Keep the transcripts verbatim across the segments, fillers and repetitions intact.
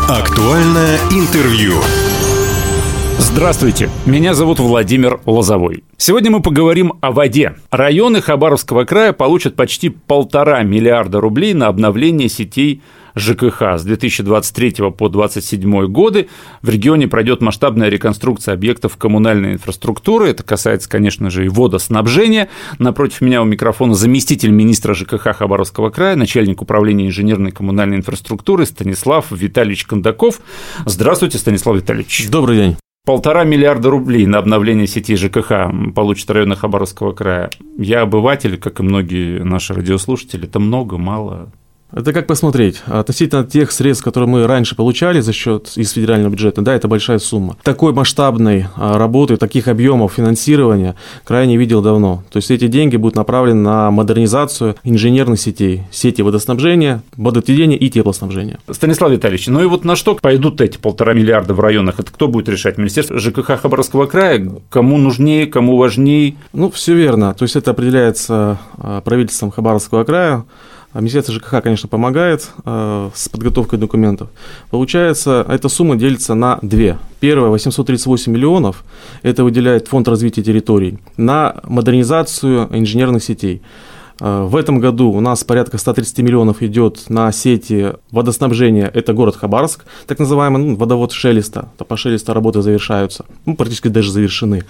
Актуальное интервью. Здравствуйте, меня зовут Владимир Лозовой. Сегодня мы поговорим о воде. Районы Хабаровского края получат почти полтора миллиарда рублей на обновление сетей ЖКХ. С две тысячи двадцать третьего по две тысячи двадцать седьмой годы в регионе пройдет масштабная реконструкция объектов коммунальной инфраструктуры. Это касается, конечно же, и водоснабжения. Напротив меня у микрофона заместитель министра ЖКХ Хабаровского края, начальник управления инженерной коммунальной инфраструктуры Станислав Витальевич Кондаков. Здравствуйте, Станислав Витальевич. Добрый день. Полтора миллиарда рублей на обновление сети ЖКХ получат районы Хабаровского края. Я обыватель, как и многие наши радиослушатели. Это много, мало? Это как посмотреть. Относительно тех средств, которые мы раньше получали за счет из федерального бюджета, да, это большая сумма. Такой масштабной работы, таких объемов финансирования край не видел давно. То есть эти деньги будут направлены на модернизацию инженерных сетей, сети водоснабжения, водоотведения и теплоснабжения. Станислав Витальевич, ну и вот на что пойдут эти полтора миллиарда в районах? Это кто будет решать? Министерство ЖКХ Хабаровского края? Кому нужнее, кому важнее? Ну, все верно. То есть это определяется правительством Хабаровского края. Министерство ЖКХ, конечно, помогает э, с подготовкой документов. Получается, эта сумма делится на две. Первая, восемьсот тридцать восемь миллионов, это выделяет Фонд развития территорий на модернизацию инженерных сетей. Э, в этом году у нас порядка сто тридцать миллионов идет на сети водоснабжения, это город Хабаровск, так называемый ну, водовод Шелеста. По Шелеста работы завершаются, ну, практически даже завершены.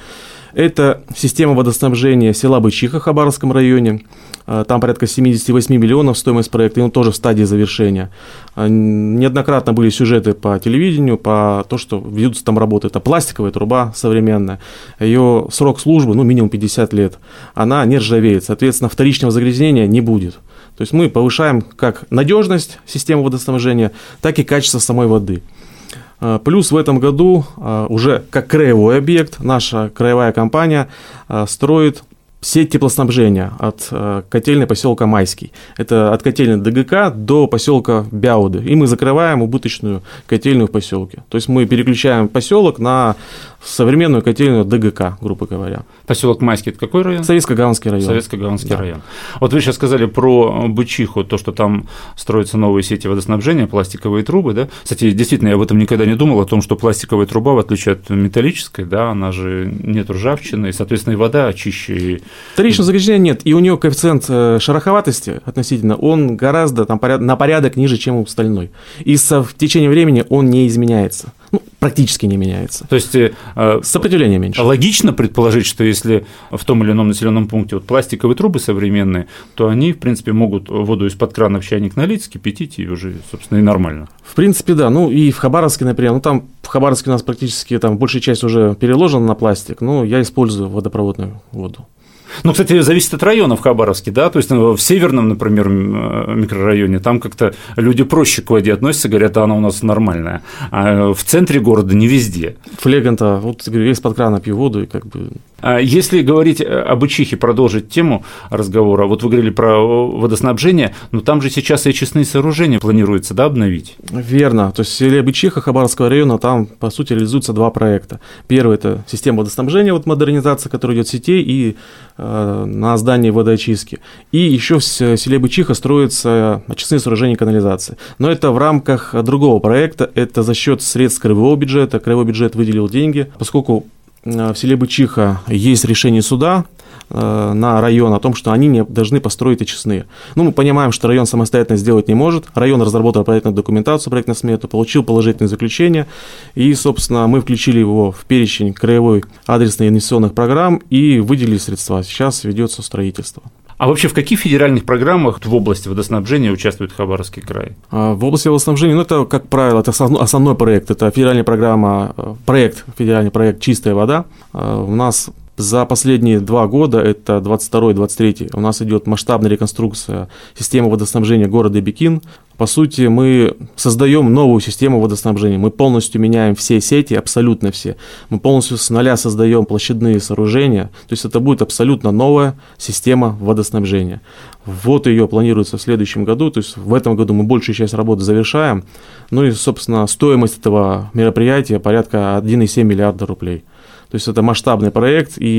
Это система водоснабжения села Бычиха в Хабаровском районе. Там порядка семьдесят восемь миллионов стоимость проекта, и он тоже в стадии завершения. Неоднократно были сюжеты по телевидению, по то, что ведутся там работы. Это пластиковая труба современная. Ее срок службы, ну, минимум пятьдесят лет. Она не ржавеет, соответственно, вторичного загрязнения не будет. То есть мы повышаем как надежность системы водоснабжения, так и качество самой воды. Плюс в этом году уже как краевой объект наша краевая компания строит сеть теплоснабжения от котельной поселка Майский. Это от котельной ДГК до поселка Бяуды. И мы закрываем убыточную котельную в поселке. То есть мы переключаем поселок на современную котельную ДГК, грубо говоря. Поселок Майский – это какой район? Советско-Гаванский район. Советско-Гаванский да. район. Вот вы сейчас сказали про Бычиху, то, что там строятся новые сети водоснабжения, пластиковые трубы, да? Кстати, действительно, я об этом никогда не думал, о том, что пластиковая труба, в отличие от металлической, да, она же нет ржавчины, и, соответственно, и вода чище. Вторичного загрязнения нет, и у нее коэффициент шероховатости относительно, он гораздо там, на порядок ниже, чем у стальной. И в течение времени он не изменяется, ну, практически не меняется. То есть сопротивление меньше. Логично предположить, что если в том или ином населенном пункте вот пластиковые трубы современные, то они, в принципе, могут воду из-под крана в чайник налить, скипятить, и уже, собственно, и нормально. В принципе, да. Ну, и в Хабаровске, например, ну, там в Хабаровске у нас практически там большая часть уже переложена на пластик, но я использую водопроводную воду. Ну, кстати, зависит от района в Хабаровске, да, то есть в северном, например, микрорайоне там как-то люди проще к воде относятся, говорят, а она у нас нормальная, а в центре города не везде. Флегонта, вот, говорю, я из-под крана пью воду и как бы… Если говорить об Бычихе, продолжить тему разговора, вот вы говорили про водоснабжение, но там же сейчас и очистные сооружения планируется, да, обновить? Верно, то есть в селе Бычиха Хабаровского района там, по сути, реализуются два проекта. Первый – это система водоснабжения, вот модернизация, которая идет в сетей и э, на здании водоочистки. И еще в селе Бычиха строятся очистные сооружения канализации. Но это в рамках другого проекта, это за счет средств краевого бюджета. Краевой бюджет выделил деньги, поскольку в селе Бычиха есть решение суда э, на район о том, что они не должны построить очистные. Ну, мы понимаем, что район самостоятельно сделать не может. Район разработал проектную документацию, проектную смету, получил положительное заключение. И, собственно, мы включили его в перечень краевой адресных инвестиционных программ и выделили средства. Сейчас ведется строительство. А вообще в каких федеральных программах в области водоснабжения участвует Хабаровский край? В области водоснабжения, ну, это, как правило, это основной проект, это федеральная программа, проект, федеральный проект «Чистая вода». У нас за последние два года, это двадцать второй - двадцать третий, у нас идет масштабная реконструкция системы водоснабжения города Бикин. По сути, мы создаем новую систему водоснабжения, мы полностью меняем все сети, абсолютно все. Мы полностью с нуля создаем площадные сооружения, то есть это будет абсолютно новая система водоснабжения. Вот ее планируется в следующем году, то есть в этом году мы большую часть работы завершаем. Ну и, собственно, стоимость этого мероприятия порядка один и семь миллиарда рублей. То есть это масштабный проект, и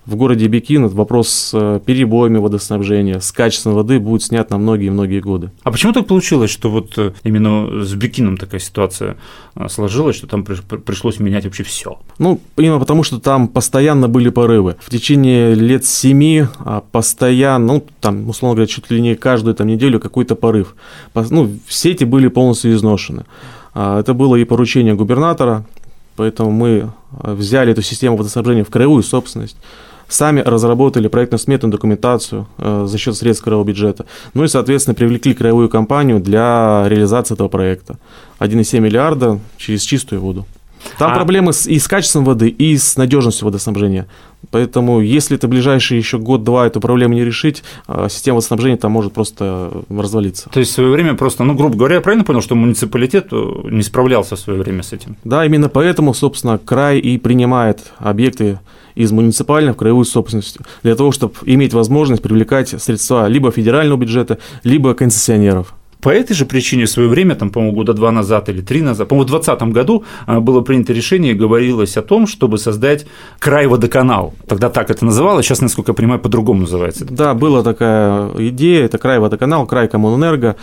в городе Бикин вопрос с перебоями водоснабжения, с качеством воды будет снят на многие-многие годы. А почему так получилось, что вот именно с Бикином такая ситуация сложилась, что там пришлось менять вообще все? Ну, именно потому, что там постоянно были порывы. В течение лет семи постоянно, ну, там, условно говоря, чуть ли не каждую там, неделю какой-то порыв. Ну, сети были полностью изношены. Это было и поручение губернатора, поэтому мы взяли эту систему водоснабжения в краевую собственность, сами разработали проектно-сметную документацию э, за счет средств краевого бюджета, ну и, соответственно, привлекли краевую компанию для реализации этого проекта. один и семь миллиарда через чистую воду. Там а... проблемы с, и с качеством воды, и с надежностью водоснабжения. Поэтому, если это ближайший еще год-два эту проблему не решить, система водоснабжения там может просто развалиться. То есть в свое время просто, ну, грубо говоря, я правильно понял, что муниципалитет не справлялся в свое время с этим? Да, именно поэтому, собственно, край и принимает объекты из муниципальной в краевую собственность, для того, чтобы иметь возможность привлекать средства либо федерального бюджета, либо концессионеров. По этой же причине в свое время, там, по-моему, года два назад или три назад, по-моему, в двадцатом году было принято решение и говорилось о том, чтобы создать край-водоканал. Тогда так это называлось, сейчас, насколько я понимаю, по-другому называется. Да, была такая идея, это край-водоканал, край-коммунэнерго.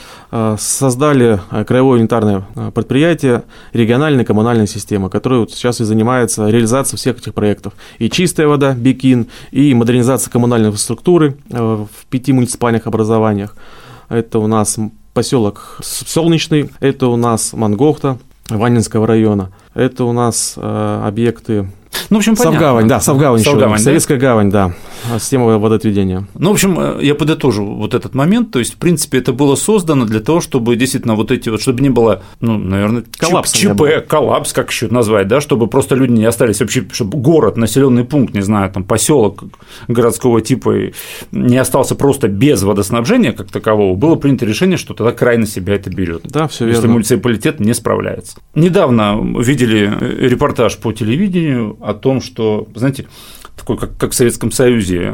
Создали краевое унитарное предприятие региональной коммунальной системы, которая вот сейчас и занимается реализацией всех этих проектов. И чистая вода, Бикин, и модернизация коммунальной инфраструктуры в пяти муниципальных образованиях. Это у нас поселок Солнечный, это у нас Мангохта Ванинского района, это у нас э, объекты... Ну, в общем, Савгавань, да, Савгавань, Савгавань еще, да? Советская гавань, да, система водоотведения. Ну, в общем, я подытожу вот этот момент, то есть, в принципе, это было создано для того, чтобы действительно вот эти вот, чтобы не было, ну, наверное, коллапс, ЧП, коллапс, как еще назвать, да, чтобы просто люди не остались вообще, чтобы город, населенный пункт, не знаю, там, поселок городского типа не остался просто без водоснабжения как такового, было принято решение, что тогда край на себя это берет. Да, все верно. Если муниципалитет не справляется. Недавно видели репортаж по телевидению о том, что, знаете, такой, как, как в Советском Союзе,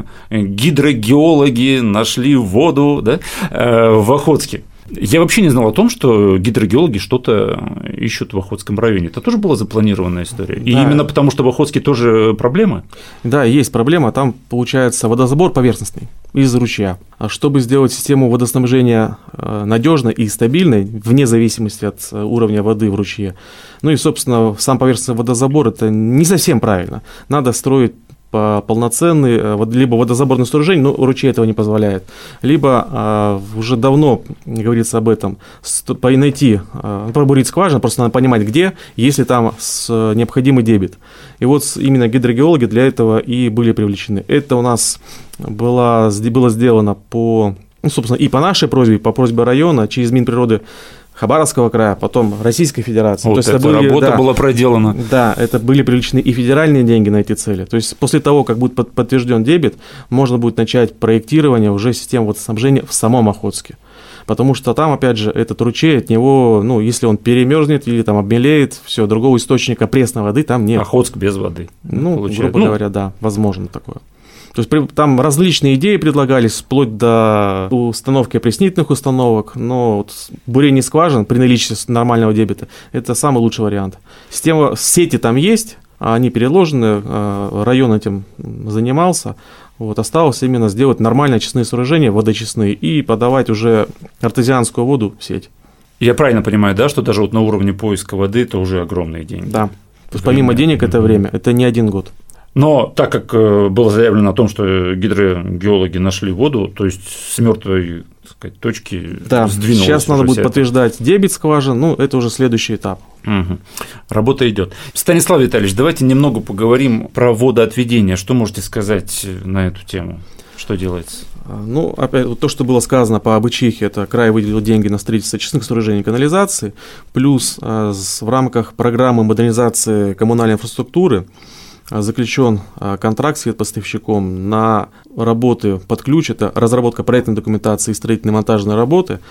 гидрогеологи нашли воду, да, э, в Охотске. Я вообще не знал о том, что гидрогеологи что-то ищут в Охотском районе. Это тоже была запланированная история? И да. Именно потому, что в Охотске тоже проблемы? Да, есть проблема. Там, получается, водозабор поверхностный из ручья. А чтобы сделать систему водоснабжения надежной и стабильной, вне зависимости от уровня воды в ручье, ну и, собственно, сам поверхностный водозабор – это не совсем правильно. Надо строить полноценный, либо водозаборное сооружение, но ручей этого не позволяет, либо а, уже давно говорится об этом, найти, а, пробурить скважину, просто надо понимать, где, если там с, необходимый дебит. И вот именно гидрогеологи для этого и были привлечены. Это у нас было, было сделано по, ну, собственно, и по нашей просьбе, и по просьбе района, через Минприроды Хабаровского края, потом Российской Федерации. Вот то есть эта это были, работа да, была проделана. Да, это были привлечены и федеральные деньги на эти цели. То есть после того, как будет подтвержден дебит, можно будет начать проектирование уже системы водоснабжения в самом Охотске. Потому что там, опять же, этот ручей, от него, ну, если он перемерзнет или там обмелеет, все, другого источника пресной воды там нет. Охотск без воды. Ну, получается. грубо ну, говоря, да, возможно такое. То есть там различные идеи предлагались, вплоть до установки опреснительных установок, но вот бурение скважин при наличии нормального дебита – это самый лучший вариант. Система, сети там есть, они переложены, район этим занимался. Вот, осталось именно сделать нормальные очистные сооружения, водоочистные, и подавать уже артезианскую воду в сеть. Я правильно понимаю, да, что даже вот на уровне поиска воды это уже огромные деньги? Да. То есть помимо денег это время, это не один год. Но так как было заявлено о том, что гидрогеологи нашли воду, то есть с мертвой, так сказать, точки да, сдвинулось. Сейчас надо будет подтверждать дебит скважин, ну, это уже следующий этап. Угу. Работа идет. Станислав Витальевич, давайте немного поговорим про водоотведение. Что можете сказать на эту тему? Что делается? Ну, опять вот то, что было сказано по Обычихе, это край выделил деньги на строительство очистных сооружений и канализации, плюс в рамках программы модернизации коммунальной инфраструктуры заключен контракт с поставщиком на работы под ключ, это разработка проектной документации и строительно-монтажные работы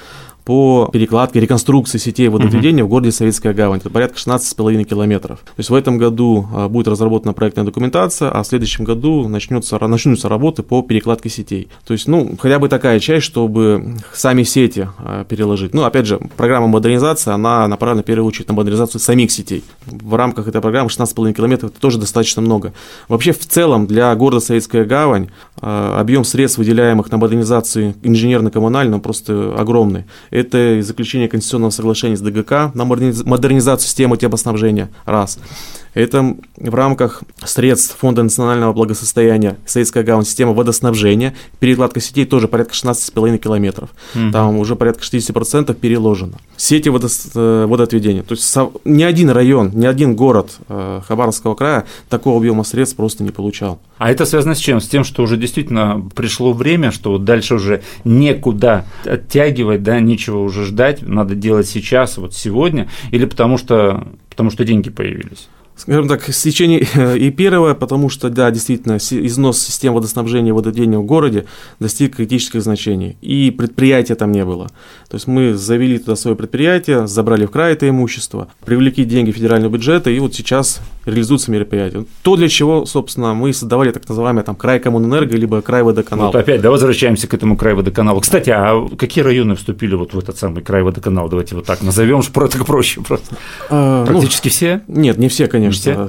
по перекладке, реконструкции сетей водоотведения uh-huh. в городе Советская Гавань. Это порядка шестнадцать с половиной километров. То есть в этом году будет разработана проектная документация, а в следующем году начнется, начнутся работы по перекладке сетей. То есть, ну, хотя бы такая часть, чтобы сами сети переложить. Ну, опять же, программа модернизации, она направлена в первую очередь на модернизацию самих сетей. В рамках этой программы шестнадцать с половиной километров это тоже достаточно много. Вообще, в целом, для города Советская Гавань объем средств, выделяемых на модернизацию инженерно-коммунальную, просто огромный. Это заключение конституционного соглашения с ДГК на модернизацию системы теплоснабжения. Раз. Это в рамках средств Фонда национального благосостояния Советская Гавань, система водоснабжения, перекладка сетей тоже порядка шестнадцать с половиной километров. Mm-hmm. Там уже порядка шестьдесят процентов переложено. Сети водо, водоотведения. То есть ни один район, ни один город Хабаровского края такого объема средств просто не получал. А это связано с чем? С тем, что уже действительно пришло время, что вот дальше уже некуда оттягивать, да, нечего уже ждать, надо делать сейчас, вот сегодня, или потому что, потому что деньги появились? Скажем так, с течение и первое, потому что, да, действительно, износ систем водоснабжения и водоотведения в городе достиг критических значений, и предприятия там не было. То есть мы завели туда свое предприятие, забрали в край это имущество, привлекли деньги федерального бюджета, и вот сейчас реализуются мероприятия. То, для чего, собственно, мы создавали так называемый там край Коммунэнерго, либо край водоканал. Вот опять, да, возвращаемся к этому край водоканалу. Кстати, а какие районы вступили вот в этот самый край водоканал? Давайте вот так назовем, что так проще просто. А, Практически ну, все? Нет, не все, конечно. Конечно,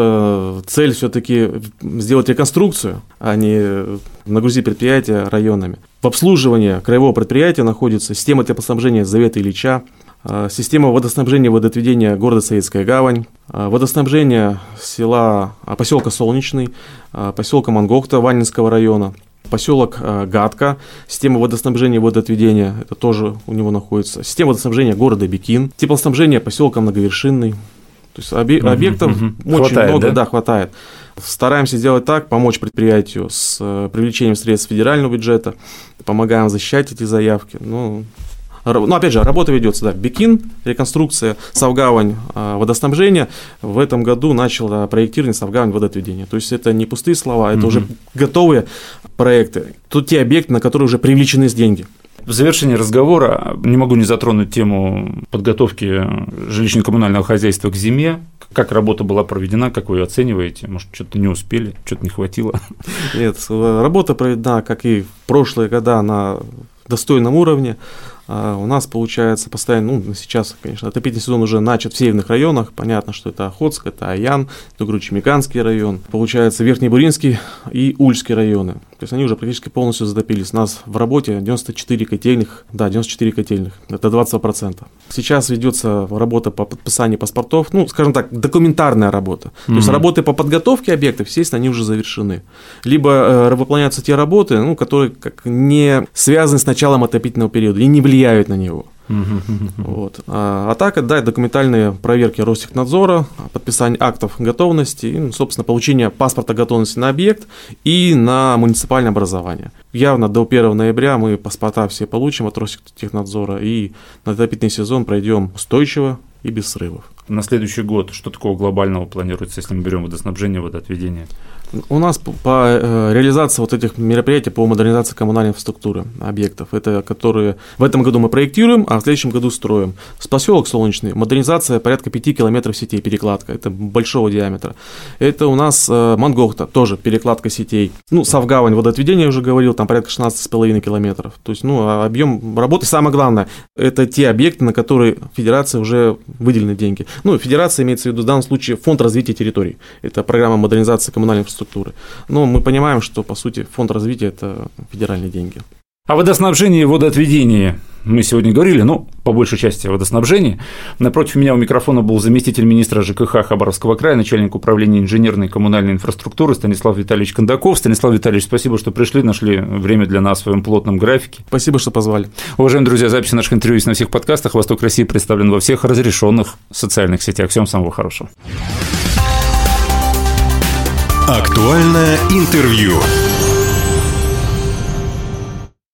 с, цель все-таки сделать реконструкцию, а не нагрузить предприятия районами. В обслуживании краевого предприятия находится система теплоснабжения Завета Ильича, система водоснабжения и водоотведения города Советская Гавань, водоснабжение села, поселка Солнечный, поселка Мангохта Ванинского района, поселок Гатка, система водоснабжения и водоотведения, это тоже у него находится, система водоснабжения города Бикин, теплоснабжение поселка Многовершинный. То есть объ... угу, объектов угу. очень хватает, много, да? да, хватает. Стараемся сделать так, помочь предприятию с привлечением средств федерального бюджета, помогаем защищать эти заявки. Ну, ну опять же, работа ведется, да, Бикин, реконструкция, Савгавань, водоснабжение. В этом году начало проектирование Савгавань водоотведения. То есть это не пустые слова, это угу. уже готовые проекты. Тут те объекты, на которые уже привлечены деньги. В завершении разговора не могу не затронуть тему подготовки жилищно-коммунального хозяйства к зиме. Как работа была проведена, как вы ее оцениваете? Может, что-то не успели, что-то не хватило? Нет, работа проведена, как и в прошлые года, на достойном уровне. У нас получается постоянно, ну, сейчас, конечно, отопительный сезон уже начат в северных районах. Понятно, что это Охотск, это Аян, это Гручемиканский район. Получается, Верхнебуринский и Ульский районы. То есть они уже практически полностью затопились. У нас в работе девяносто четыре котельных, да, девяносто четыре котельных, это двадцать процентов. Сейчас ведется работа по подписанию паспортов, ну, скажем так, документарная работа. Mm-hmm. То есть работы по подготовке объектов, естественно, они уже завершены. Либо э, выполняются те работы, ну, которые как не связаны с началом отопительного периода и не влияют на него. Вот. А, а так, да, документальные проверки Ростехнадзора, подписание актов готовности и, ну, собственно, получение паспорта готовности на объект и на муниципальное образование. Явно до первого ноября мы паспорта все получим от Ростехнадзора и на отопительный сезон пройдем устойчиво и без срывов. На следующий год что такого глобального планируется, если мы берем водоснабжение, водоотведение? У нас по, по реализации вот этих мероприятий по модернизации коммунальной инфраструктуры объектов, это которые в этом году мы проектируем, а в следующем году строим. С поселок Солнечный, модернизация порядка пяти километров сетей, перекладка, это большого диаметра. Это у нас Мангохта, тоже перекладка сетей. Ну, Савгавань, водоотведение, я уже говорил, там порядка шестнадцать с половиной километров. То есть, ну, объем работы, самое главное, это те объекты, на которые федерация уже выделены деньги. Ну, федерация имеется в виду в данном случае фонд развития территорий. Это программа модернизации коммунальной инфраструктуры. Но мы понимаем, что, по сути, фонд развития – это федеральные деньги. О водоснабжении и водоотведении мы сегодня говорили, ну, по большей части о водоснабжении. Напротив меня у микрофона был заместитель министра ЖКХ Хабаровского края, начальник управления инженерной и коммунальной инфраструктуры Станислав Витальевич Кондаков. Станислав Витальевич, спасибо, что пришли, нашли время для нас в своем плотном графике. Спасибо, что позвали. Уважаемые друзья, записи наших интервью есть на всех подкастах. «Восток России» представлен во всех разрешенных социальных сетях. Всем самого хорошего. Актуальное интервью.